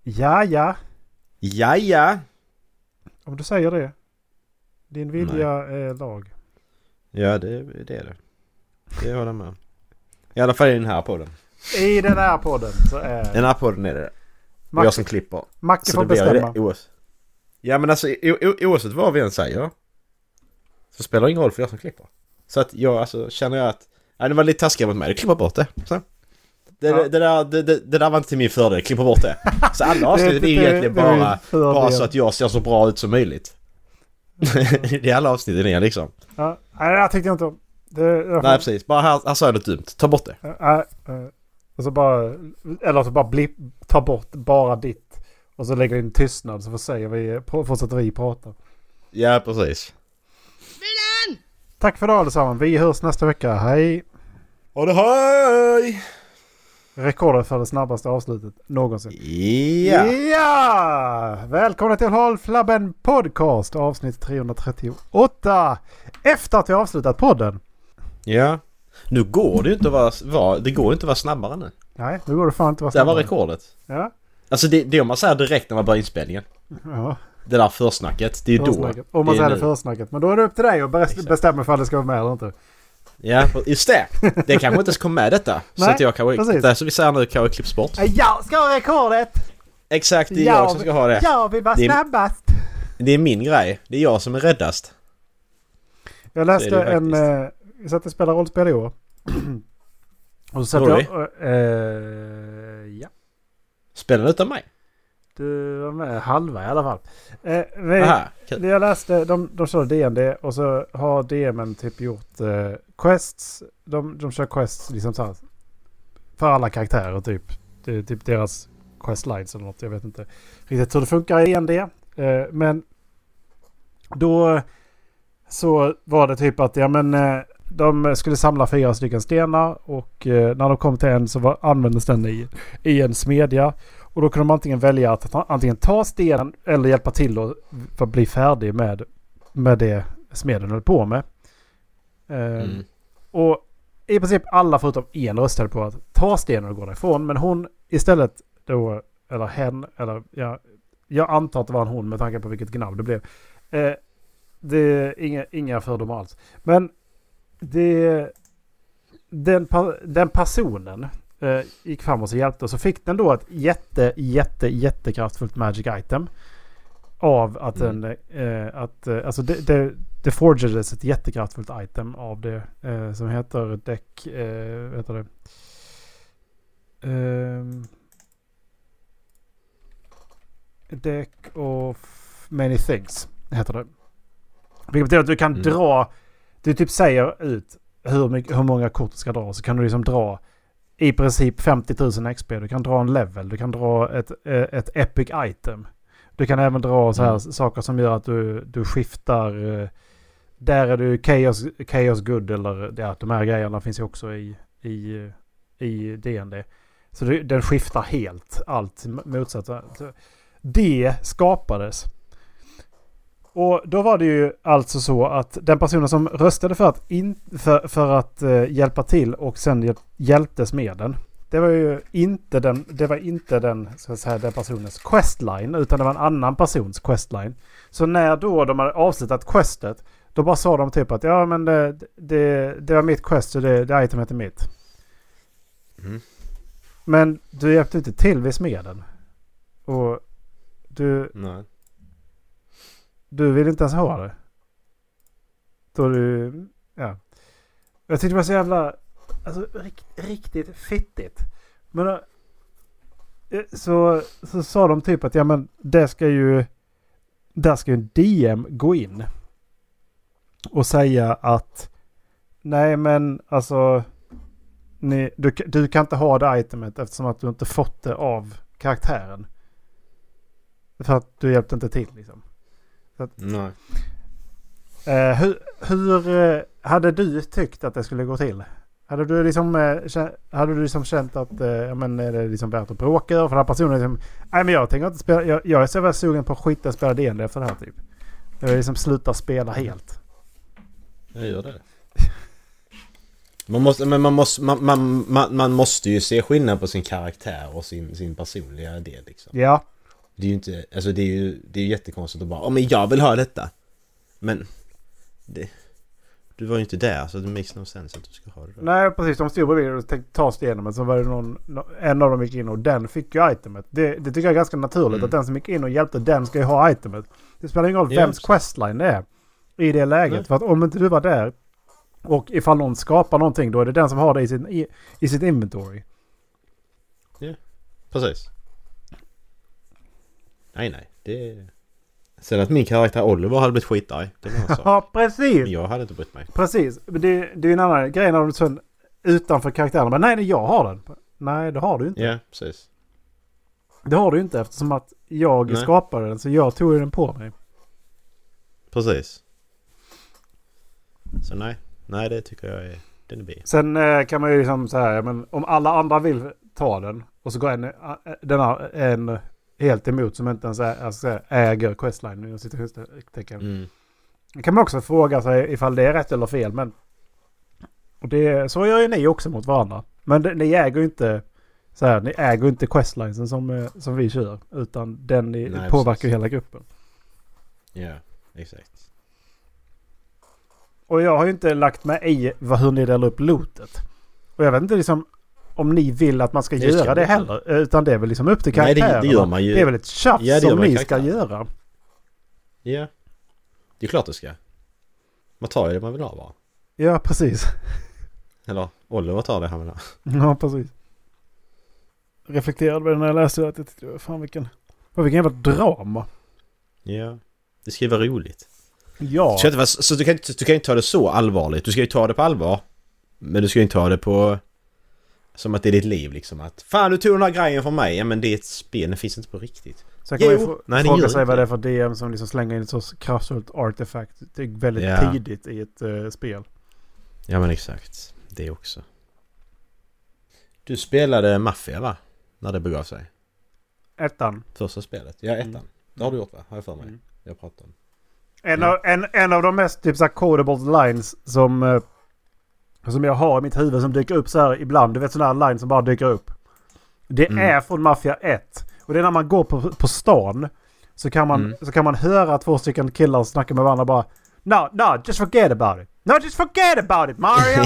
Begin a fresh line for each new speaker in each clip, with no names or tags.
Ja.
Ja.
Om du säger det. Din vilja är lag.
Ja, det är det. Det håller jag med. I alla fall i den här podden.
I den här podden så är...
Den här podden är det. Och jag som klipper.
Macke får bestämma.
Ja, men alltså oavsett vad vi än säger så spelar det ingen roll för jag som klipper. Så att jag alltså känner jag att det var lite taskigt mot mig. Klippa bort det. Så. Det där var inte till min fördel. Klippa bort det. Så alla avsnitt är ju egentligen bara så att jag ser så bra ut som möjligt. Det är alla avsnitt är liksom.
Ja, jag tyckte inte om.
Nej, precis. Bara här sa jag det dumt. Ta bort det.
Och så bara... Eller så bara ta bort bara ditt. Och så lägger in tystnad så fortsätter vi prata.
Ja, precis.
Milan! Tack för idag allesammans. Vi hörs nästa vecka. Hej!
Ha det, hej!
Rekordet för det snabbaste avslutet någonsin.
Ja!
Välkomna till Håll Flabben Podcast, avsnitt 338. Efter att vi avslutat podden.
Ja. Nu går det ju inte att vara snabbare nu.
Nej, nu går det fan inte att vara snabbare.
Det var rekordet.
Ja.
Alltså det om man säger direkt när man börjar inspelningen.
Ja.
Det där försnacket, det är ju då.
Om man säger det försnacket. Men då är det upp till dig att bestämma ifall det ska vara med eller inte.
Ja, just det. Det kanske inte ska med detta.
Nej,
så att jag kan det så vi säger nu kan jag klipps bort.
Jag ska ha rekordet.
Exakt, det är jag som ska ha det.
Jag vill vara snabbast.
Det är min grej. Det är jag som är räddast.
Jag läste jag satt och spelade rollspel i år. Och så satt jag... ja.
Spelade utan mig?
Du var med halva i alla fall. Jag läste, de kör D&D och så har DM:en typ gjort quests. De kör quests liksom så här, för alla karaktärer typ. Det är typ deras questlines eller något. Jag vet inte riktigt hur det funkar i D&D. Men då så var det typ att de skulle samla 4 stycken stenar och när de kom till en så användes den i en smedja. Och då kunde man antingen välja att antingen ta stenen eller hjälpa till för att bli färdig med det smeden höll på med. Och i princip alla förutom en röstade på att ta stenen och gå därifrån. Men hon istället då, eller hen, eller jag antar att det var en hon med tanke på vilket gnabb det blev. Det är inga fördomar alls. Men den personen gick fram och så hjälpte och så fick den då ett jättekraftfullt magic item av att alltså det forgades ett jättekraftfullt item av det som heter deck of many things heter det. Vilket betyder att du kan dra, du typ säger ut hur många kort du ska dra, så kan du liksom dra i princip 50 000 XP. Du kan dra en level, du kan dra ett epic item. Du kan även dra så här saker som gör att du skiftar. Där är du chaos good eller de här grejerna finns ju också i D&D. Så den skiftar helt allt motsatt. Det skapades. Och då var det ju alltså så att den personen som röstade för att hjälpa till och sen hjälptes med den. Det var inte den ska jag säga, den personens questline, utan det var en annan persons questline. Så när då de hade avslutat questet, då bara sa de typ att ja men det var mitt quest så det itemet är mitt. Men du hjälpte inte till vid smeden. Och
Nej.
Du vill inte ens ha det. Då ja. Jag tyckte det var så jävla riktigt fittigt. Men så sa de typ att ja men där ska ju en DM gå in och säga att nej men alltså du kan inte ha det itemet eftersom att du inte fått det av karaktären. För att du hjälpte inte till liksom.
Nej.
Hur hade du tyckt att det skulle gå till? Hade du liksom känt att är det liksom värt att bråka för den här personen liksom, nej men jag tänker inte spela, jag är så väl sugen på att skita och spela D&D efter det här typ. Jag liksom slutar spela helt.
Jag gör det. Man måste ju se skillnad på sin karaktär och sin personliga del liksom.
Ja.
Det är ju inte, alltså det är ju jättekonstigt att bara, men jag vill ha detta. Men du var ju inte där, så det makes no sense att du ska ha det.
Nej, precis. De stod bredvid och tänkte ta sig igenom, men så var det en av dem gick in och den fick ju itemet. Det tycker jag är ganska naturligt att den som gick in och hjälpte, den ska ju ha itemet. Det spelar ingen roll vems questline det är i det läget. Nej. För att om inte du var där och ifall någon skapar någonting, då är det den som har det i sitt inventory.
Ja, precis. Nej, det... Sen att min karaktär Oliver hade blivit skitarg. Det var så.
Ja, precis.
Men jag hade inte brytt mig.
Precis. Det är en annan grej när du sen utanför karaktären. Men nej, jag har den. Nej, det har du inte.
Ja, precis.
Det har du inte eftersom att jag skapade den. Så jag tog den på mig.
Precis. Så nej, det tycker jag den är B.
Sen kan man ju liksom säga, men om alla andra vill ta den och så går en helt emot som inte ens äger questline. Det kan man också fråga sig ifall det är rätt eller fel. Men så gör ju ni också mot varandra. Men ni äger ju inte ni äger inte questlinesen som vi kör. Utan den påverkar ju hela gruppen.
Ja, exakt.
Och jag har ju inte lagt mig i hur ni delar upp lootet. Och jag vet inte liksom om ni vill att man ska göra det heller. Utan det är väl liksom upp till karaktären.
Nej, det gör man ju.
Det är väl ett tjafs som ni ska göra.
Ja. Det är klart det ska. Man tar ju det man vill ha bara.
Ja, precis.
Eller Oliver tar det han vill ha.
Ja, precis. Reflekterade över det när jag läste att fan vilken jävla drama.
Ja. Det ska ju vara roligt.
Ja.
Så du kan inte ta det så allvarligt. Du ska ju ta det på allvar. Men du ska ju inte ta det på som att det är ditt liv liksom. Att fan, du tog den här grejen från mig. Ja, men det är ett spel. Det finns inte på riktigt.
Sen kan man fråga sig vad det är för DM som liksom slänger in ett så kraftfullt artefakt. Det är väldigt tidigt i ett spel.
Ja, men exakt. Det också. Du spelade Mafia, va? När det begav sig.
Ettan.
Första spelet. Ja, ettan. Det har du gjort, va? Har jag för mig. Jag pratar om.
En av de mest typ såhär quotable lines som jag har i mitt huvud som dyker upp så här ibland. Du vet sådana här lines som bara dyker upp. Det är från Mafia 1. Och det är när man går på stan så kan man höra 2 stycken killar snacka med varandra bara No, just forget about it. No, just forget about it, Mario!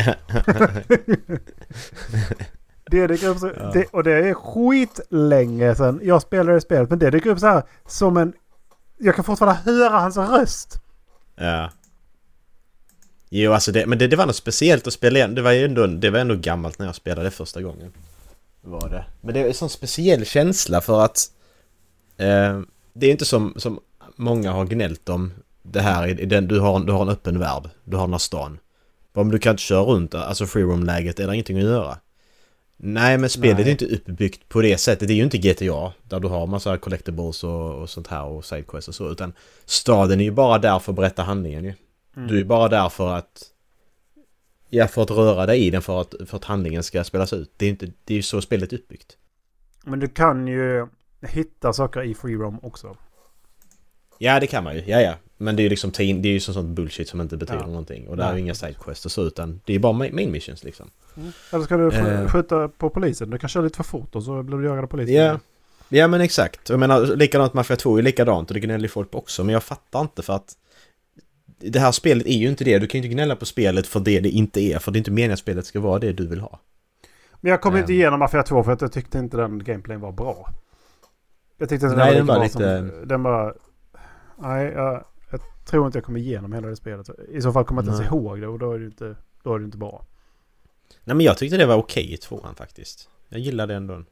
Det dyker upp så, och det är skitlänge sedan jag spelade spelet, men det dyker upp så här som en... Jag kan fortfarande höra hans röst.
Ja. Jo, alltså det var något speciellt att spela igen. Det var ändå gammalt när jag spelade det första gången. Var det. Men det är en sån speciell känsla för att det är inte som många har gnällt om det här i den du har en öppen värld. Du har den här stan. Om du kan inte köra runt, alltså free roam-läget är det ingenting att göra. Nej, men spelet är inte uppbyggt på det sättet. Det är ju inte GTA där du har massa collectibles och sånt här och sidequests och så, utan staden är ju bara där för att berätta handlingen ju. Du är ju bara där för att röra dig i den för att handlingen ska spelas ut. Det är ju så spelet är uppbyggt. Men
du kan ju hitta saker i free roam också.
Ja, det kan man ju. Ja. Men det är ju liksom det är ju sånt bullshit som inte betyder någonting. Och det är ju inga sidequests och så, utan det är bara main missions liksom.
Eller ska du skjuta på polisen? Du kan köra lite för fort och så blir du jagad av polisen.
Ja, men exakt. Jag menar, likadant Mafia 2 är likadant och det gnäller folk också. Men jag fattar inte för att det här spelet är ju inte det. Du kan ju inte gnälla på spelet för det inte är. För det är inte meningen att spelet ska vara det du vill ha. Men
jag kom inte igenom Mafia 2 för att jag tyckte inte den gameplayen var bra. Jag tyckte att
den var lite...
Den var... Nej, jag tror inte jag kommer igenom hela det spelet. I så fall kommer jag inte ens ihåg det och då är det inte bra.
Nej, men jag tyckte det var okej i 2:an faktiskt. Jag gillade det ändå.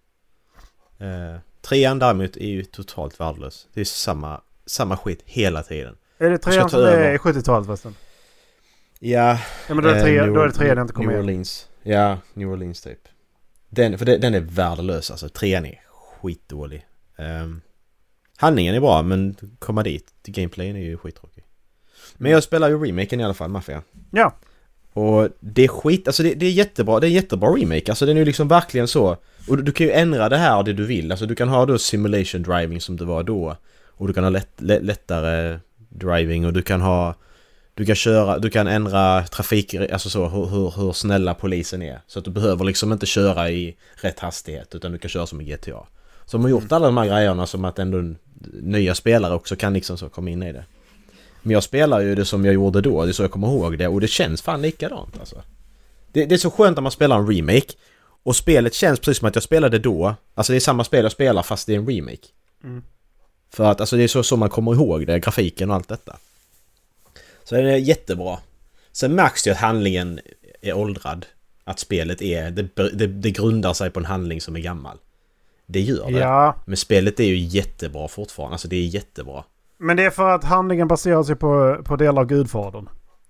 3:an däremot är ju totalt värdelös. Det är samma skit hela tiden.
Är det 3:an som är 70-talet förresten?
Ja.
Men då är det 3:an jag inte kommer
New Orleans. Ja, New Orleans typ. Den är värdelös alltså. 3:an är skitdålig. Handlingen är bra, men komma dit. Gameplayen är ju skittråkig. Men jag spelar ju remaken i alla fall, Mafia.
Ja.
Och det är skit, alltså det är jättebra. Det är jättebra remake, alltså den är ju liksom verkligen så. Och du kan ju ändra det här det du vill. Alltså du kan ha då simulation driving som det var då. Och du kan ha lättare driving och du kan ändra trafik, alltså så hur snälla polisen är. Så att du behöver liksom inte köra i rätt hastighet utan du kan köra som i GTA. Så de har gjort alla de här grejerna som att ändå nya spelare också kan liksom så komma in i det. Men jag spelar ju det som jag gjorde då, det är så jag kommer ihåg det, och det känns fan likadant alltså. Det är så skönt när man spelar en remake, och spelet känns precis som att jag spelade då. Alltså det är samma spel jag spelar fast det är en remake. För att alltså det är så man kommer ihåg det, grafiken och allt detta. Så det är jättebra. Sen märks det att handlingen är åldrad. Att spelet är, det grundar sig på en handling som är gammal. Det gör det.
Ja.
Men spelet är ju jättebra fortfarande. Alltså det är jättebra.
Men det är för att handlingen baserar sig på delar av Gudfadern.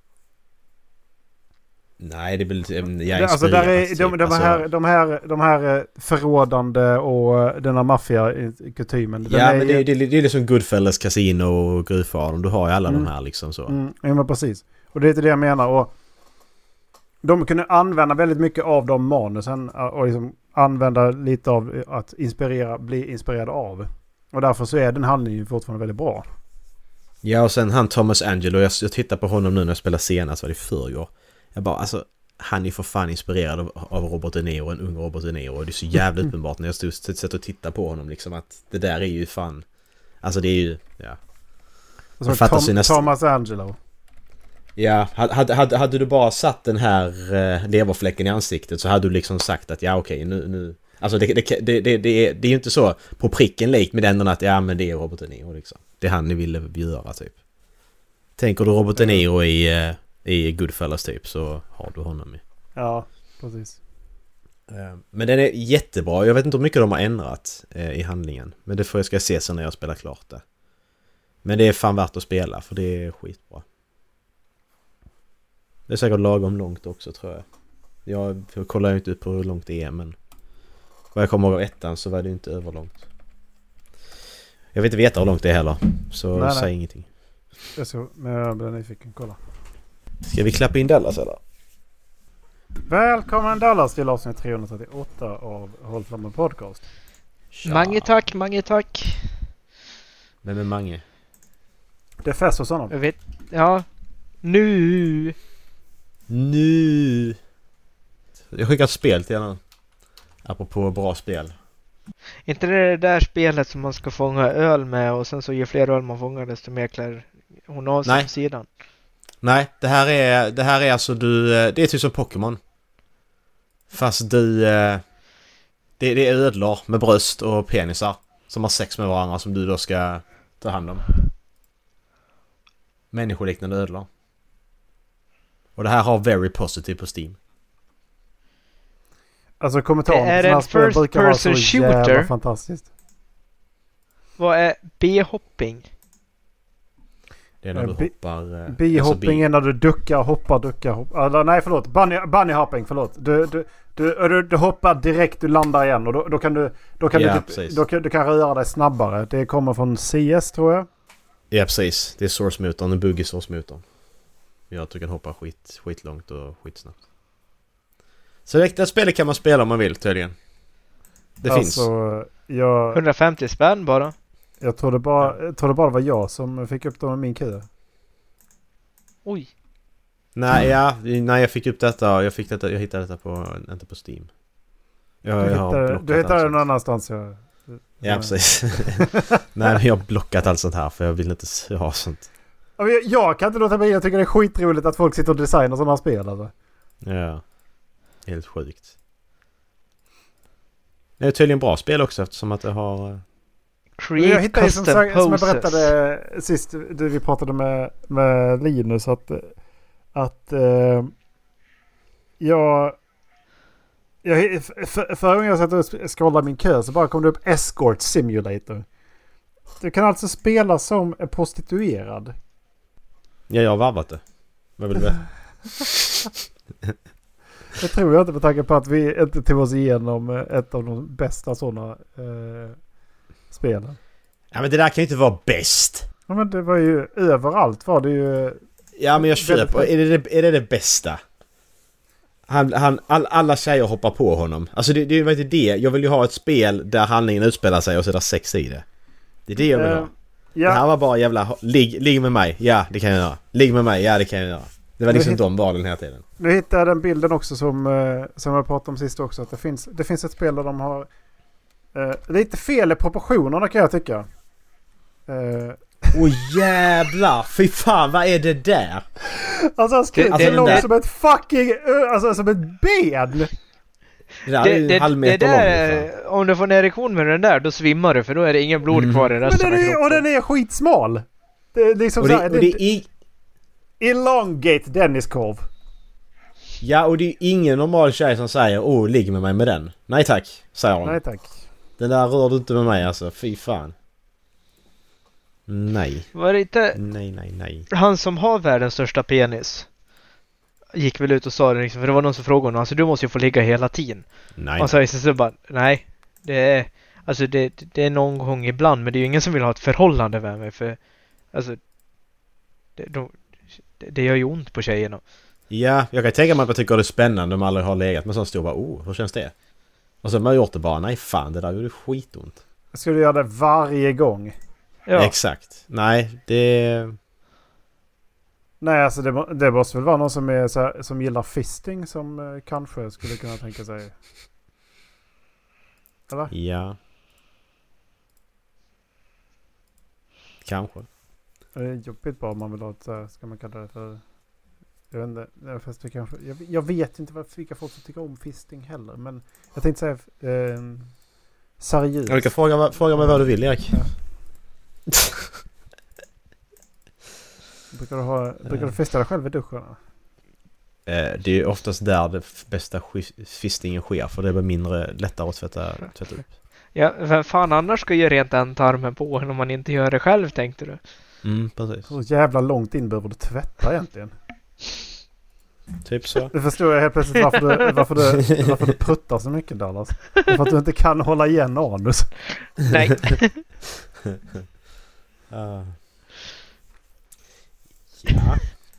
Nej, det är väl...
Alltså där är de här förrådande och den här maffia-kutymen.
Ja, men det är liksom Goodfellas, Casino och Gudfadern. Du har ju alla de här liksom så.
Ja, men precis. Och det är det jag menar. Och de kunde använda väldigt mycket av de manusen och liksom använda lite av att bli inspirerad av. Och därför så är den handlingen fortfarande väldigt bra.
Ja, och sen han Thomas Angelo, jag tittar på honom nu när jag spelar senast, var det förrgår. Jag bara, alltså, han är för fan inspirerad av Robert De Niro, en ung Robert De Niro. Och det är så jävla uppenbart när jag stod och tittade på honom liksom, att det där är ju fan... Alltså det är ju... Ja.
Alltså, Thomas Angelo.
Ja, hade du bara satt den här leverfläcken i ansiktet så hade du liksom sagt att ja okej, nu... Alltså det är ju inte så på pricken likt med den att ja men det är Robert De Niro liksom. Det är han ni ville göra typ. Tänker du Robert De Niro i Goodfellas typ, så har du honom i.
Ja, precis.
Men den är jättebra. Jag vet inte hur mycket de har ändrat i handlingen. Men det får jag ska se sen när jag spelar klart det. Men det är fan värt att spela, för det är skitbra. Det är säkert lagom långt också, tror jag. Jag kollar ju inte ut på hur långt det är, men vad jag kommer ihåg av ettan så var det inte överlångt. Jag vill inte veta hur långt det är heller, så säg ingenting.
Jag så, men jag blir nyfiken. Kolla.
Ska vi klappa in Dallas eller?
Välkommen Dallas till avsnitt 338 av Håll Flammen Podcast.
Mange tack.
Vem är Mange?
Det är fest hos honom.
Jag vet, ja. Nu.
Jag skickar ett spel till henne. Apropå bra spel.
Inte det där spelet som man ska fånga öl med och sen så ju fler öl man fångar desto mer klär hon av sig på sidan. Nej,
det här är alltså det är typ som Pokémon. Fast det är ödlor med bröst och penisar som har sex med varandra som du då ska ta hand om. Människoliknande ödlor. Och det här har very positive på Steam.
Alltså kommentaren
är en first person shooter.
Fantastiskt.
Vad är B-hopping?
Det är när du hoppar...
B-hopping är när du duckar, hoppar. Nej, förlåt. Bunny hopping, förlåt. Du hoppar direkt, du landar igen. Och då kan du kan röra dig snabbare. Det kommer från CS, tror jag.
Ja, precis. Det är source-motorn, en buggy source-motorn. Ja, att du kan hoppa skitlångt och skitsnabbt. Så det spelet kan man spela om man vill, tydligen. Det finns.
150 spänn bara.
Jag tror det bara var jag som fick upp dem med min kö.
Oj.
Nej, jag fick upp detta. Jag hittade detta inte på Steam.
Du hittade det någon annanstans.
Ja, precis. Nej, men jag har blockat allt sånt här för jag vill inte ha sånt.
Jag kan inte låta bli. Jag tycker det är skitroligt att folk sitter och designar sådana spel. Alltså.
Ja. Helt sjukt. Det är tydligen bra spel också eftersom att det har...
Jag hittade
som jag berättade sist vi pratade med Linus att förra gången jag satt och scrollade min kö så bara kom det upp Escort Simulator. Du kan alltså spela som en prostituerad.
Ja, jag har varvat det. Vad vill du veta?
Det tror jag inte, med tanke på att vi inte tog oss igenom ett av de bästa sådana spelen.
Ja, men det där kan ju inte vara bäst.
Ja, men det var ju överallt var det ju.
Ja, men jag köper. Är det bästa? Alla tjejer hoppar på honom. Alltså det är ju inte det. Jag vill ju ha ett spel där handlingen utspelar sig och så är det sex i det. Det är det jag vill ha. Ja. Det här var bara jävla ligg med mig. Ja, det kan jag göra. Ligg med mig. Ja, det kan jag göra. Det var liksom de valen hela tiden.
Nu hittade jag den bilden också som jag pratade om sist också. Att det finns ett spel där de har Lite fel i proportionerna kan jag tycka.
Jävlar, fy fan, vad är det där?
Alltså han skulle så långt som ett fucking... Alltså som ett ben!
Det där, om du får en erektion med den där, då svimmar du, för då är det ingen blod kvar i resten av kroppen.
Och den är skitsmal. Det är liksom elongate Dennis-korv.
Ja, och det är ingen normal tjej som säger ligg med mig med den. Nej tack, säger hon.
Nej tack.
Den där rör du inte med mig alltså, fy fan. Nej.
Var det inte...
Nej.
Han som har världens största penis gick väl ut och sa det liksom, för det var någon som frågade honom, alltså du måste ju få ligga hela tiden.
Nej.
Och så så bara, nej. Det är någon gång ibland, men det är ju ingen som vill ha ett förhållande med mig, för alltså det gör ju ont på tjejerna.
Ja, jag kan tänka mig att man tycker det är spännande om man aldrig har legat med sån stor bara, hur känns det? Och så har man gjort det bara, nej fan, det där gjorde skitont.
Ska du göra det varje gång?
Ja. Exakt. Nej,
Nej, alltså det måste väl vara någon som är så här, som gillar fisting som kanske skulle kunna tänka sig. Eller?
Ja. Kanske.
Det är jobbigt bara om man vill ha ett, ska man kalla det för... Jag vet inte, fast det kanske, jag vet inte vilka folk som tycker om fisting heller, men jag tänkte säga seriöst.
Jag kan fråga mig vad du vill, Erik. Ja.
Brukar du fista dig själv i duschen?
Det är oftast där det bästa fistingen sker, för det är mindre lättare att tvätta upp.
Ja, vem fan annars ska ju rent den tarmen på om man inte gör det själv, tänkte du?
Precis.
Så jävla långt in behöver du tvätta egentligen.
Typ så.
Det förstår jag helt plötsligt varför du pruttar så mycket, Dallas. För att du inte kan hålla igen anus.
Nej.
Ja.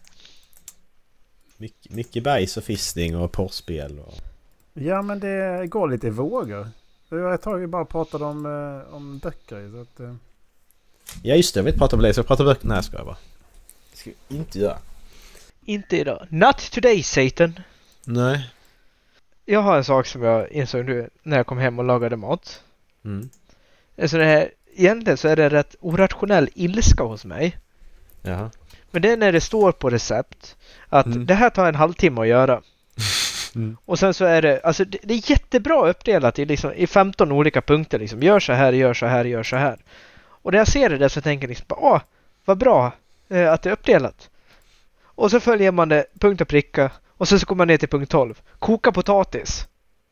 Mycket bajs och fistning och porrspel och...
Ja, men det går lite i vågor. Jag tror vi bara pratade om böcker. Så att,
Ja, just det. Jag vill inte prata om det. Så jag pratar om böcker. Nej, ska jag bara. Det ska jag inte göra.
Inte idag. Not today, Satan.
Nej.
Jag har en sak som jag insåg nu när jag kom hem och lagade mat. Så det här, egentligen så är det rätt orationell ilska hos mig.
Jaha.
Men det är när det står på recept att det här tar en halvtimme att göra. Och sen så är det, alltså det är jättebra uppdelat i 15 olika punkter liksom. Gör så här, gör så här, gör så här. Och när jag ser det där så tänker jag liksom, vad bra att det är uppdelat. Och så följer man det punkt och pricka. Och sen så kommer man ner till punkt 12. Koka potatis.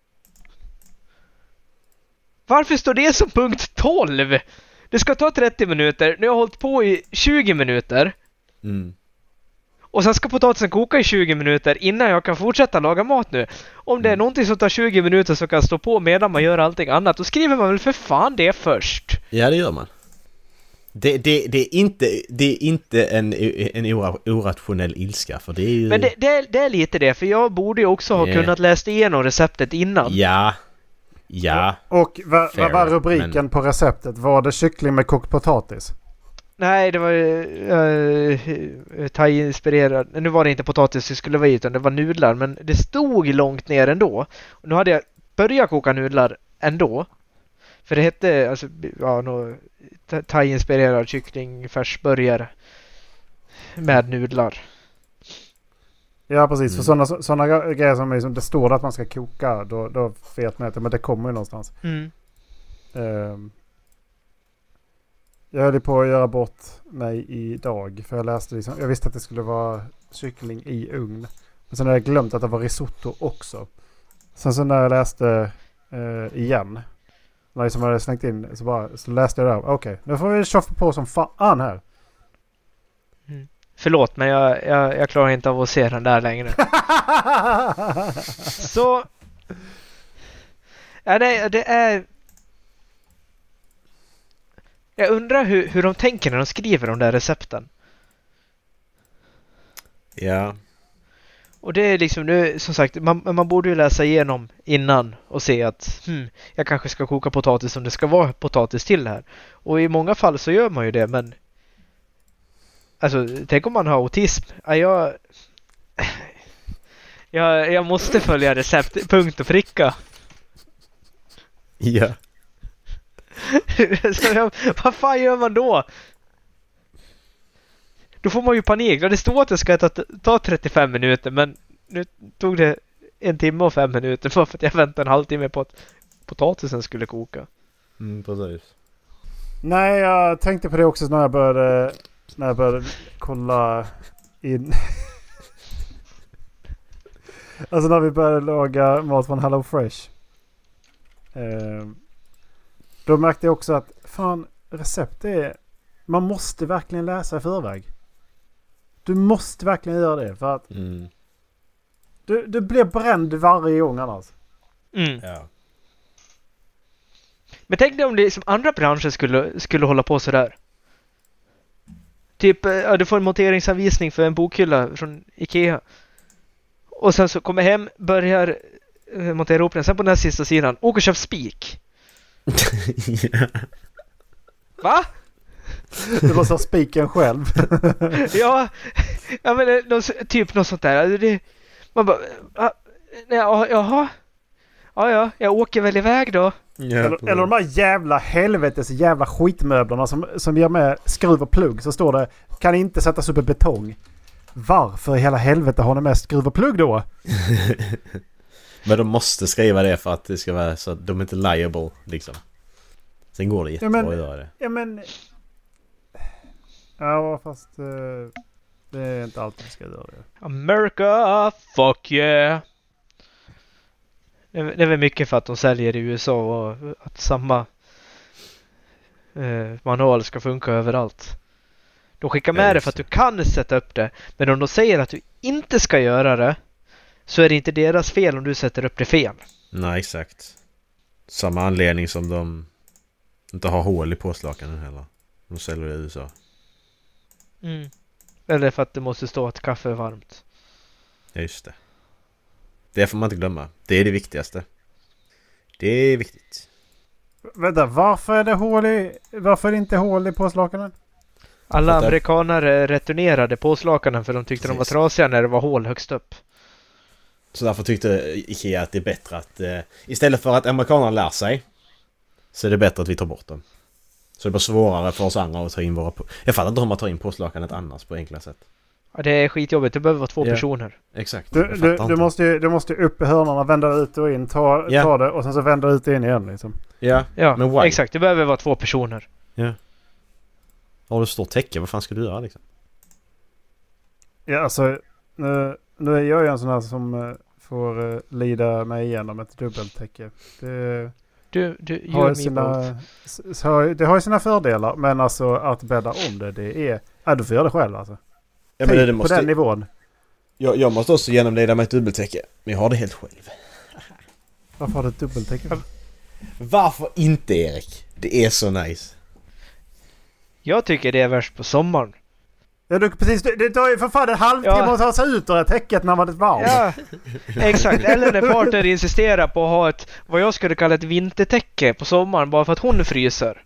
Varför står det som punkt 12? Det ska ta 30 minuter. Nu har jag hållit på i 20 minuter. Och sen ska potatisen koka i 20 minuter innan jag kan fortsätta laga mat nu. Om det är någonting som tar 20 minuter som kan stå på medan man gör allting annat, då skriver man väl för fan det först.
Ja, det gör man. Det är inte en orationell ilska, för det är ju...
Men det är lite det, för jag borde ju också ha kunnat läsa igenom receptet innan.
Ja.
Och vad var rubriken på receptet? Var det kyckling med kokt potatis?
Nej, det var thai-inspirerad. Nu var det inte potatis det skulle vara i, utan det var nudlar. Men det stod långt ner ändå. Och nu hade jag börjat koka nudlar ändå. För det hette alltså, thai-inspirerad kyckling färsburgare med nudlar.
Ja, precis. För sådana grejer som det står att man ska koka, då vet man att men det kommer ju någonstans. Jag höll på att göra bort mig idag, för jag läste liksom, jag visste att det skulle vara kyckling i ugn. Men sen hade jag glömt att det var risotto också. Sen så när jag läste igen, när jag hade slängt in, så läste jag där. Okej, nu får vi tjoffa på som fan här.
Förlåt, men jag klarar inte av att se den där längre. Så... Ja, det är... Jag undrar hur de tänker när de skriver de där recepten.
Ja.
Och det är liksom nu, som sagt, man borde ju läsa igenom innan och se att jag kanske ska koka potatis om det ska vara potatis till här. Och i många fall så gör man ju det, men alltså, tänk om man har autism. Jag måste följa recept, punkt och pricka.
Ja.
Vad fan gör man då? Då får man ju panik. Det står att det ska ta 35 minuter, men nu tog det 1 timme och 5 minuter för att jag väntade en halvtimme på att potatisen skulle koka.
Precis.
Nej, jag tänkte på det också när jag började kolla in. Alltså när vi började laga mat från Hello Fresh. Då märkte jag också att fan, recept är... Man måste verkligen läsa i förväg. Du måste verkligen göra det för att du blir bränd varje gång annars.
Ja.
Men tänk dig om det som andra branscher skulle hålla på sådär. Typ, du får en monteringsanvisning för en bokhylla från Ikea. Och sen så kommer hem, börjar montera ihop den. Sen på den här sista sidan, åk och köp spik. Va?
Du måste ha spiken själv.
Ja, men typ något sånt där. Man bara, jaha. Ja, jag åker väl iväg då.
Eller de här jävla skitmöblerna som gör med skruv och plugg. Så står det, kan inte sättas upp i betong. Varför i hela helvete har ni med skruv och plugg då?
Men de måste skriva det för att det ska vara så att de är inte liable liksom. Sen går det jättebra att göra det.
Ja, fast det är inte alltid vi ska göra det.
America, fuck yeah. Det är väl mycket för att de säljer i USA och att samma manual ska funka överallt. De skickar med det för att du kan sätta upp det. Men om de säger att du inte ska göra det, så är det inte deras fel om du sätter upp det fel.
Nej, exakt. Samma anledning som de inte har hål i påslakanen heller. De säljer det i USA.
Eller för att det måste stå att kaffe är varmt.
Ja, just det. Det får man inte glömma. Det är det viktigaste. Det är viktigt.
Vänta, varför är det inte hål i påslakanen?
Alla amerikanare returnerade påslakanen för de tyckte de var trasiga när det var hål högst upp.
Så därför tyckte Ikea att det är bättre att istället för att amerikanerna lär sig, så är det bättre att vi tar bort dem. Så det blir svårare för oss andra att ta in våra... Jag fattar inte hur man tar in påslakanet annars på enkla sätt.
Ja, det är skitjobbigt. Det behöver vara 2 personer.
Exakt.
Du måste upp i hörnorna, vända ut och in, ta det och sen så vända ut och in igen liksom.
Ja,
men why? Exakt. Det behöver vara 2 personer.
Ja. Har du stort täcke, vad fan ska du göra liksom?
Ja, alltså nu är jag ju en sån här som får lida mig igenom ett dubbeltäcke. Det har ju sina fördelar, men alltså att bädda om det är... du får göra det själv alltså.
Ja, men det
på den nivån.
Jag måste också genomleda med ett dubbeltäcke. Men jag har det helt själv.
Varför har du ett dubbeltäcke?
Varför inte, Erik? Det är så nice.
Jag tycker det är värst på sommaren.
Ja, precis. Det tar ju för fan en halvtimme att ta sig ut ur det täcket när man är varm.
Ja, exakt. Eller när partner insisterar på att ha ett, vad jag skulle kalla ett vintertäcke på sommaren bara för att hon fryser.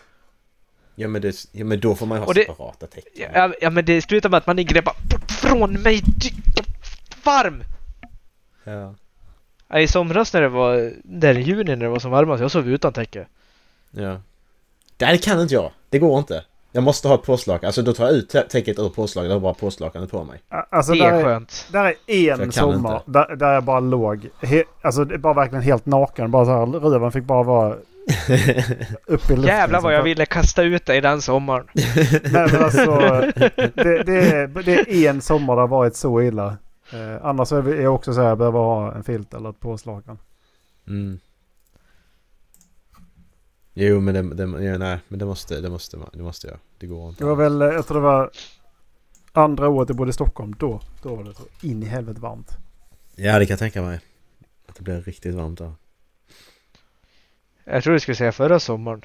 Ja, men då får man ju ha separata täcken.
Ja, men det slutar med att man ingreppar bort från mig. Varm!
Ja.
I somras när det var där i juni när det var som varmast, jag sov utan täcke.
Ja. Det kan inte jag. Det går inte. Jag måste ha ett påslakan. Alltså då tar jag ut täcket ur påslakan och bara påslakanet på mig.
Alltså, det är skönt.
Där är en sommar där jag bara låg. Alltså det är bara verkligen helt naken. Bara så här, röven fick bara vara upp i luften.
Jävlar vad jag ville kasta ut dig den sommaren.
Nej, men alltså det är en sommar där har varit så illa. Annars är jag också så här, jag behöver ha en filt eller ett påslakan.
Jo, men det måste jag. Det går inte.
Det var väl, jag tror det var andra året jag bodde i Stockholm. Då var det så in i helvete varmt.
Ja, det kan jag tänka mig. Att det blir riktigt varmt där.
Jag tror du skulle säga förra sommaren.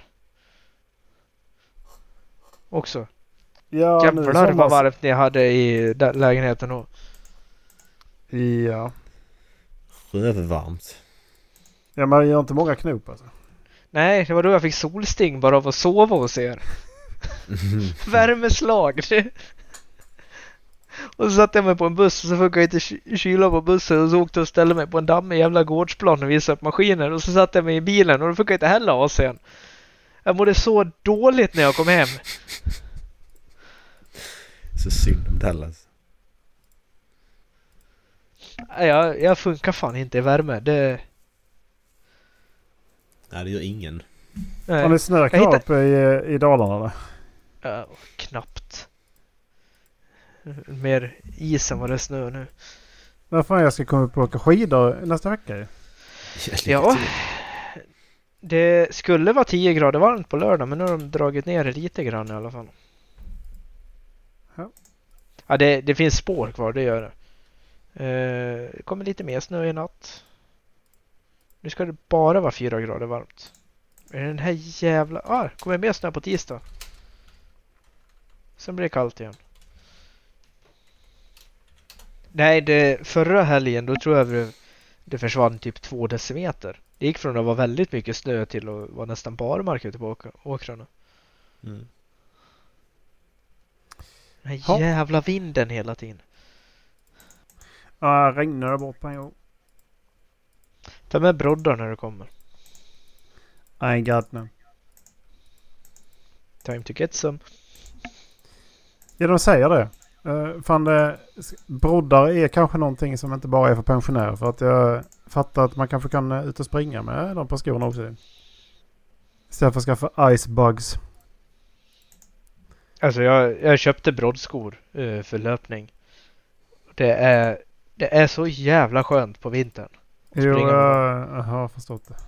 Också.
Ja,
jävlar vad varmt ni hade i lägenheten då.
Ja.
Rövvarmt.
Ja, men jag gör inte många knop alltså.
Nej, det var då jag fick solsting bara av att sova hos er. Värmeslag. Och så satte jag mig på en buss och så fick jag inte kyla på bussen och så åkte jag och ställde mig på en dammig jävla gårdsplan och visade upp maskiner och så satte jag mig i bilen och då fick jag inte heller ha sen. Jag mådde så dåligt när jag kom hem.
Så synd om Dallas.
Jag funkar fan inte i värme.
Nej, det gör ingen.
Har ni snö kvar uppe i Dalarna eller?
Ja, knappt. Mer is än vad det är snö nu.
När fan jag ska komma upp och åka skidor nästa vecka ju.
Ja. Det skulle vara 10 grader varmt på lördag, men nu har de dragit ner det lite grann i alla fall. Ja, det finns spår kvar, det gör det. Det kommer lite mer snö i natt. Nu ska det bara vara 4 grader varmt. Är den här jävla... kommer mer snö på tisdag. Sen blir det kallt igen. Nej, förra helgen då tror jag det försvann typ 2 decimeter. Det gick från att vara väldigt mycket snö till att vara nästan barmark ute på åkrarna.
Mm.
Den här jävla vinden hela tiden.
Ja, regnar det bort på en gång.
Ta med broddar när du kommer.
I got no.
Time to get some.
Ja, de säger det. Broddar är kanske någonting som inte bara är för pensionärer. För att jag fattar att man kanske kan ut och springa med dem på skorna också. Istället för att skaffa ice bugs.
Alltså jag köpte broddskor för löpning. Det är så jävla skönt på vintern.
Jo, jag har förstått det.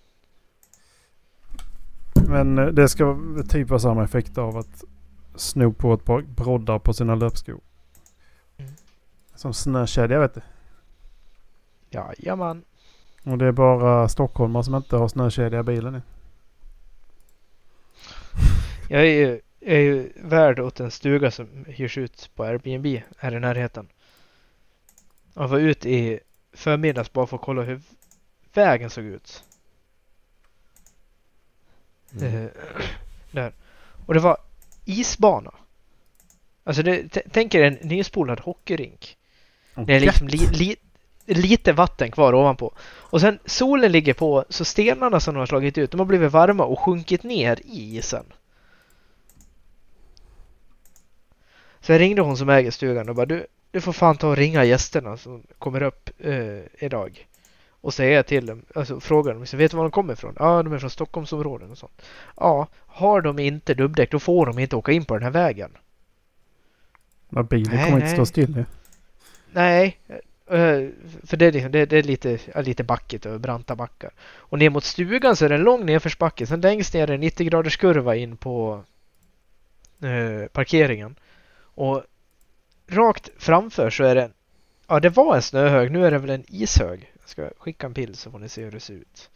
Men det ska typ vara samma effekt av att sno på ett par broddar på sina löpskor. Som snökedja, vet du.
Jajamän.
Och det är bara stockholmare som inte har snökedja i bilen nu.
Jag är ju värd åt en stuga som hyrs ut på Airbnb här i närheten. Jag var ute i förmiddags bara för att kolla hur vägen såg ut. Där. Och det var isbana. Alltså tänk er en nyspolad hockeyrink. Det är liksom lite vatten kvar ovanpå. Och sen solen ligger på, så stenarna som de har slagit ut, de har blivit varma och sjunkit ner i isen. Så jag ringde hon som äger stugan och bara, du får fan ta och ringa gästerna som kommer upp idag. Och säga till dem, alltså fråga dem, vet du var de kommer ifrån? Ja, de är från Stockholmsområden och sånt. Ja, har de inte dubbdäck, då får de inte åka in på den här vägen.
Men bilen kommer inte stå still nu.
Nej, för det är lite backigt och branta backar. Och ner mot stugan så är det en lång nedförsbacke. Sen längst ner är en 90-graders kurva in på parkeringen. Och rakt framför så är det det var en snöhög, nu är det väl en ishög. Jag ska skicka en bild så får ni se hur det ser ut.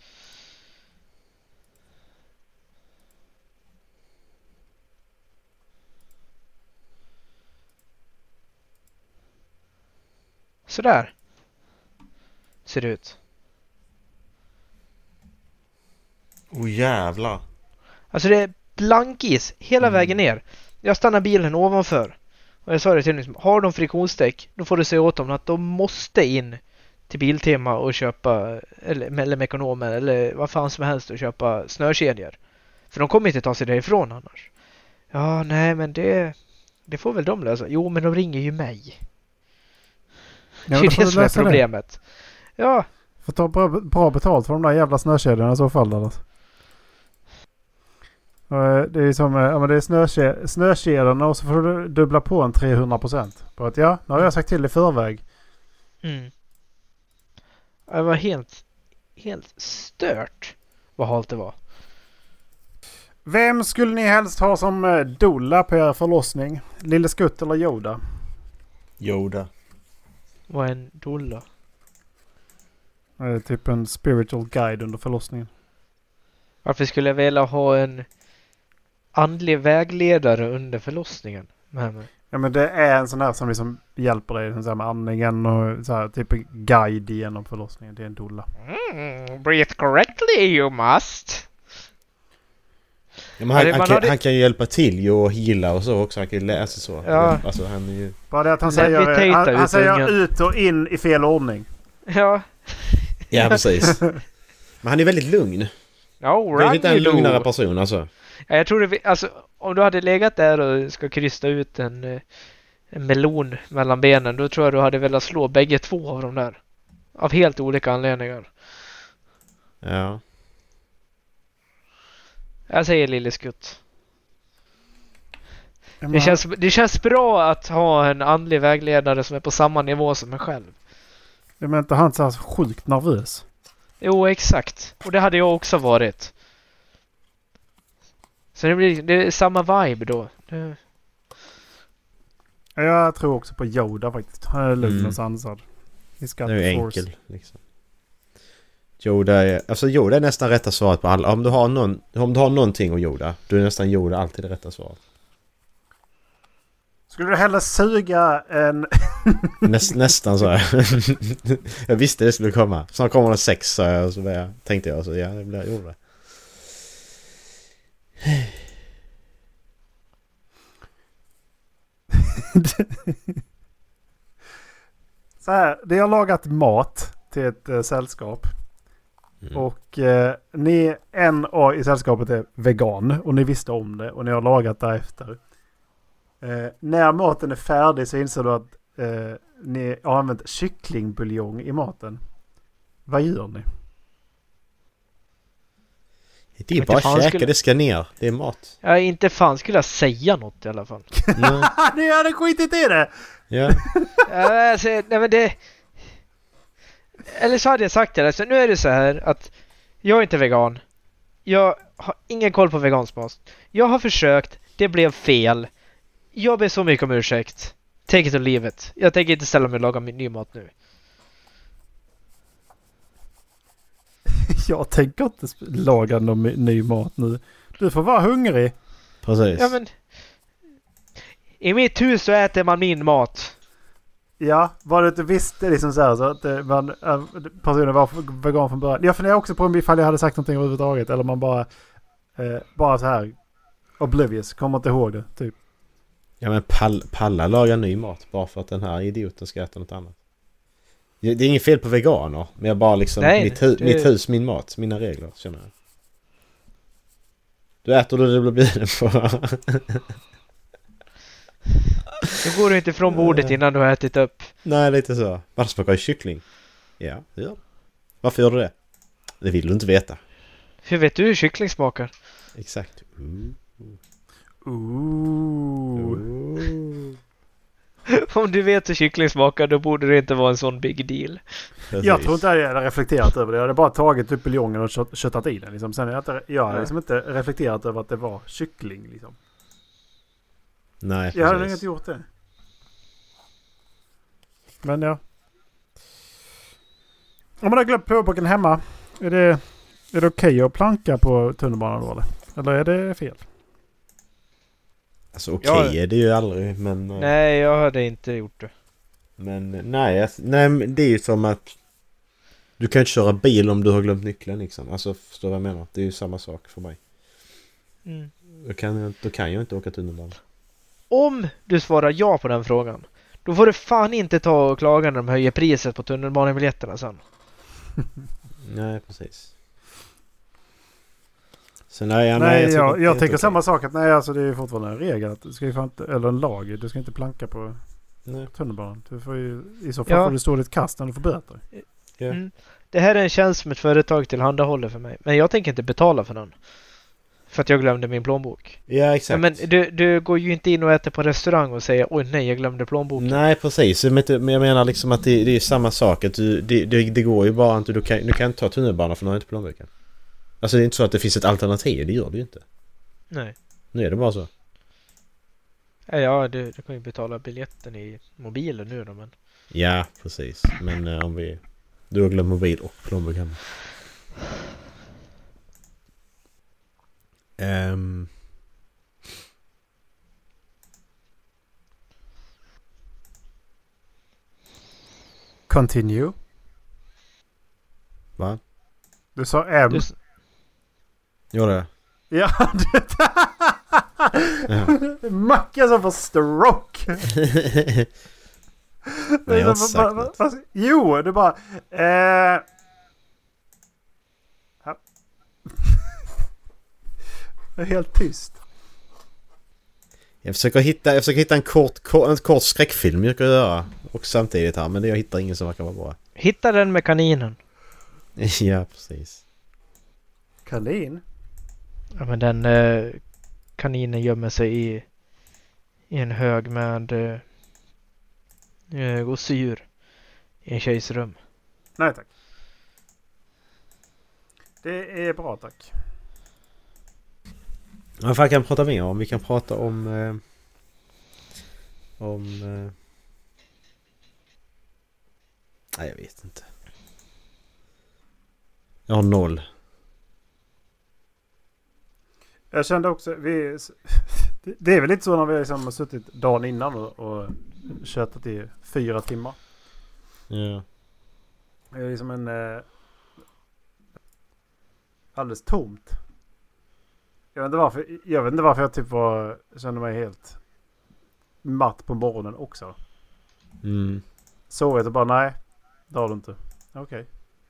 Sådär ser det ut.
Jävlar.
Alltså det är blankis hela vägen ner. Jag stannar bilen ovanför. Och jag sa det till dem, har de friktionsdäck, då får du säga åt dem att de måste in till Biltema och köpa, eller Mekonomen eller vad fan som helst och köpa snökedjor. För de kommer inte ta sig därifrån annars. Ja, nej men det får väl de lösa. Jo, men de ringer ju mig.
Ja,
det är det som är problemet. Det. Ja.
Får ta bra betalt för de där jävla snökedjorna i så fall. Alltså. Det är som men det är snökedjorna och så får du dubbla på en 300%. På att nu har jag sagt till i förväg.
Mm. Det var helt stört vad halt det var.
Vem skulle ni helst ha som doula på er förlossning? Lille Skutt eller Yoda?
Yoda.
Vad är en doula?
Typ en spiritual guide under förlossningen.
Varför skulle jag vilja ha en andlig vägledare under förlossningen med mig?
Ja, men det är en sån här som liksom hjälper dig så här med andningen och så här, typ en guide genom förlossningen. Det är en doula.
Breathe correctly you must.
Ja, men han kan ju hjälpa till och heala och så också. Han kan ju läsa så.
Ja.
Alltså, han är ju...
Bara det att han säger ut och in i fel ordning.
Ja.
Ja, precis. Men han är väldigt lugn.
No,
Det är inte en
Ragnhild.
lugnare person alltså.
Ja, jag tror det, alltså, om du hade legat där och ska krysta ut en melon mellan benen, då tror jag du hade velat slå bägge två av dem där. Av helt olika anledningar.
Ja.
Jag säger Lille Skutt.
Ja, men-
Det känns bra att ha en andlig vägledare som är på samma nivå som en själv.
Jag menar inte han så här sjukt nervös.
Jo, exakt. Och det hade jag också varit. Så det är samma vibe då.
Jag tror också på Yoda faktiskt. Han är lugn
Mm.
och sansad. He's got
Det är
the
ju
force.
enkel liksom. Yoda är nästan rätta svaret på alla. Om du har någonting att Yoda, då är nästan Yoda alltid det rätta svaret.
Skulle du hellre suga en...
Nästan så här. Jag visste det skulle komma. Snart kommer det 6 så jag, och så tänkte jag så ja, det blir gjorde det.
Så här, det har lagat mat till ett sällskap.
Mm.
Och en i sällskapet är vegan och ni visste om det och ni har lagat därefter. När maten är färdig så inser du att ni har använt kycklingbuljong i maten. Vad gör ni?
Det är
Men
bara
fan
käka,
skulle-
det ska ner. Det är mat.
Ja, inte fan skulle jag säga något i alla fall.
Nej.
Ni hade skitit i det!
Ja.
Alltså, nej men det... Eller så hade jag sagt det. Så nu är det så här att jag är inte vegan. Jag har ingen koll på vegansk mat. Jag har försökt. Det blev fel. Jag ber så mycket om ursäkt. Take it or leave it. Jag tänker inte ställa mig och laga min ny mat nu.
Jag tänker inte laga någon ny mat nu. Du får vara hungrig.
Precis.
Ja men... I mitt hus så äter man min mat.
Ja, var det inte visste liksom så här så att personen var vegan från början. Jag funderar också på ifall jag hade sagt någonting överhuvudtaget eller man bara så här oblivious, kommer inte ihåg det typ.
Ja men palla laga ny mat bara för att den här idioten ska äta något annat. Det är inget fel på veganer, men jag bara liksom
Nej,
mitt hus, min mat, mina regler känner jag. Du äter det blir bjuden på.
Nu går du inte från bordet innan du har ätit upp.
Nej, lite så. Varför smakar ju kyckling? Ja. Varför gör du det? Det vill du inte veta.
Hur vet du hur kyckling smakar?
Exakt.
Om du vet hur kyckling smakar då borde det inte vara en sån big deal.
Precis.
Jag tror inte jag hade reflekterat över det. Jag hade bara tagit upp buljongen och köttat i den. Liksom. Sen jag hade liksom inte reflekterat över att det var kyckling. Liksom.
Nej,
Jag hade
precis.
inte gjort det. Men ja. Om man har glömt plånboken hemma. Är det okej att planka på tunnelbanan då eller är det fel?
Alltså okej är det ju aldrig, men...
Nej, jag hade inte gjort det.
Men nej, men det är ju som att du kan inte köra bil om du har glömt nyckeln liksom. Alltså förstår vad jag menar? Det är ju samma sak för mig.
Mm.
Då kan jag inte åka tunnelbana.
Om du svarar ja på den frågan, då får du fan inte ta och klaga när de höjer priset på tunnelbanebiljetterna sen.
Nej, precis. Så jag
tänker samma sak. Att nej, alltså det är fortfarande en regel. Att du ska ju fan inte, eller en lag. Du ska inte planka på tunnelbanan. Du får ju, i så fall får du stå ditt kast när du får böter.
Ja.
Mm. Det här är en tjänst som ett företag tillhandahåller för mig. Men jag tänker inte betala för den. För att jag glömde min plånbok.
Ja, exakt.
Ja, men du går ju inte in och äter på restaurang och säger oj nej, jag glömde plånboken.
Nej, precis. Men jag menar liksom att det är samma sak. Att det går ju bara inte. Du kan inte ta tunnelbanan för någon har inte plånboken. Alltså det är inte så att det finns ett alternativ. Det gör det ju inte. Nej. Nu är det bara så.
Ja, du kan ju betala biljetten i mobilen nu då, men...
Ja, precis. Men om du har glömt mobil och plånbok hemma.
Continue.
Va?
Du sa M.
Gör det?
Ja,
Ja.
Macka som får stroke.
Nej, jag har inte sagt något.
Jo, du bara... Det är helt tyst.
Jag försöker hitta en kort skräckfilm jag kan göra. Och samtidigt här. Men jag hittar ingen som verkar vara bra.
Hitta den med kaninen.
Ja, precis.
Kanin?
Ja, men den kaninen gömmer sig i en hög med gosedjur i en tjejs rum.
Nej tack. Det är bra tack.
Vad fan kan vi prata mer om? Vi kan prata om nej, jag vet inte. Jag har 0.
Jag kände också det är väl lite så när vi liksom har suttit dagen innan och köttat i 4 timmar.
Ja.
Det är liksom alldeles tomt. Jag vet inte varför jag typ kände mig helt matt på morgonen också.
Mm.
Så jag bara nej, det har du inte. Okej.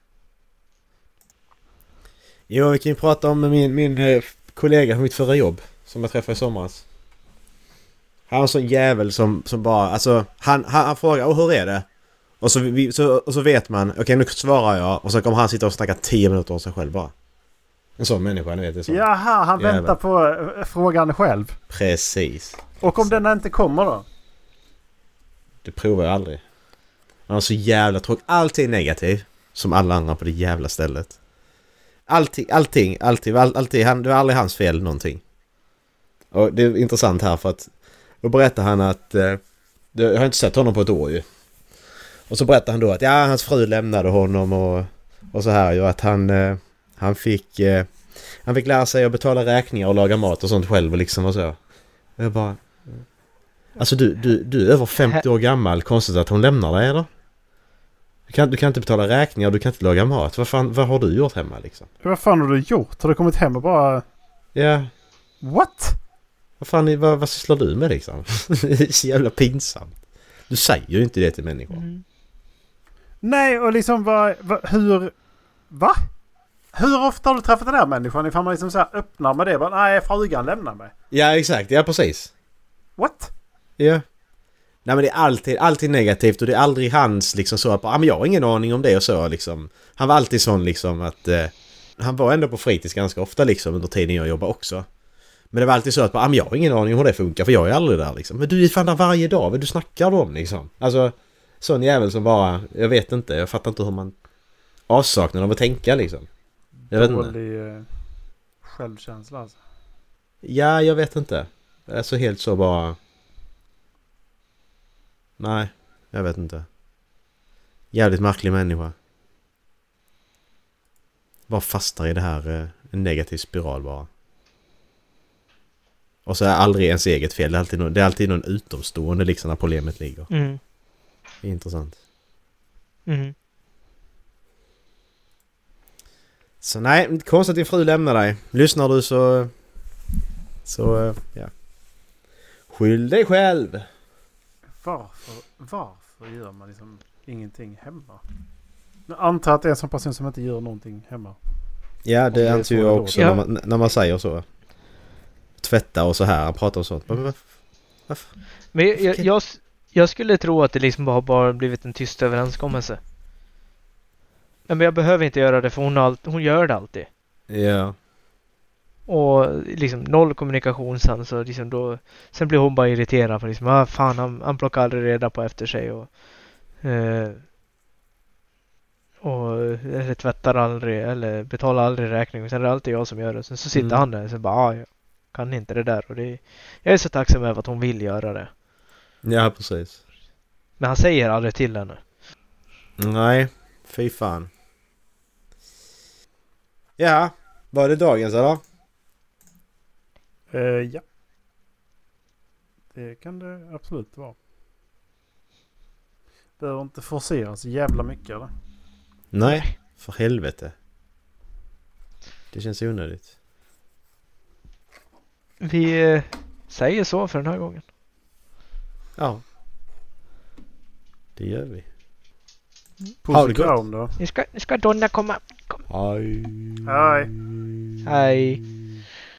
Jo, vi kan ju prata om min kollega från mitt förra jobb som jag träffade i somras. Han är en sån jävel som bara, alltså han frågar, hur är det? Och så vet man, okej, nu svarar jag och så kommer han sitta och snacka 10 minuter om sig själv bara. En sån människa, ni vet det så.
Jaha, han väntar på frågan själv.
Precis.
Och om den inte kommer då?
Det provar jag aldrig. Han är så jävla tråkig. Alltid negativ. Som alla andra på det jävla stället. Alltid. Det var aldrig hans fel någonting. Och det är intressant här för att då berättar han att jag har inte sett honom på ett år ju. Och så berättar han då att hans fru lämnade honom och så här ju att han fick lära sig att betala räkningar och laga mat och sånt själv och liksom och så. Och jag bara, alltså du är över 50 år gammal, konstigt att hon lämnar dig eller? Du kan inte betala räkningar och du kan inte laga mat. Vad har du gjort hemma liksom?
Vad fan har du gjort? Har du kommit hem och bara...
Ja.
What?
Vad sysslar du med liksom? Det är så jävla pinsamt. Du säger ju inte det till människor.
Mm.
Nej, och liksom hur... Va? Hur ofta har du träffat den här människan ifall man liksom så här öppnar med det? Bara, nej, frugan lämnar mig.
Ja, exakt. Ja, precis.
What?
Ja. Nej, men det är alltid negativt och det är aldrig hans liksom så att men jag har ingen aning om det och så liksom. Han var alltid sån liksom att han var ändå på fritids ganska ofta liksom under tiden jag jobbade också. Men det var alltid så att men jag har ingen aning om hur det funkar för jag är aldrig där liksom. Men du är fan där varje dag, vad du snackar om liksom. Alltså, sån jävel som bara, jag vet inte, jag fattar inte hur man avsaknar av att tänka liksom. Jag vet inte.
Dålig självkänsla alltså.
Ja, jag vet inte. Alltså helt så bara... Nej, jag vet inte. Jävligt märklig människa. Bara fastnar i det här en negativ spiral bara. Och så är aldrig ens eget fel. Det är alltid någon utomstående liksom när problemet ligger.
Mm.
Det är intressant.
Mm.
Så nej, konstigt att din fru lämnar dig. Lyssnar du så ja. Skyll dig själv.
Varför gör man liksom ingenting hemma? Jag antar att det är en sån person som inte gör någonting hemma.
Ja, det antar jag också
ja.
när man säger så. Tvätta och så här, prata och sånt. Varför?
Men jag skulle tro att det liksom bara blivit en tyst överenskommelse. Men jag behöver inte göra det för hon gör det alltid.
Ja.
Och liksom noll kommunikation sen så liksom sen blir hon bara irriterad för liksom fan han plockar aldrig reda på efter sig och eller tvättar aldrig eller betalar aldrig räkning. Sen är det alltid jag som gör det. Sen så sitter han där och så bara jag kan inte det där och jag är så tacksam över att hon vill göra det.
Ja, precis.
Men han säger aldrig till henne.
Nej, fy fan. Ja, var det dagens eller?
Ja. Det kan det absolut vara. Behöver inte forceras jävla mycket eller?
Nej, för helvete. Det känns onödigt.
Vi säger så för den här gången.
Ja. Det gör vi.
Puss och kram då.
Nu ska Donna komma.
Hej.
Hej.
Hej.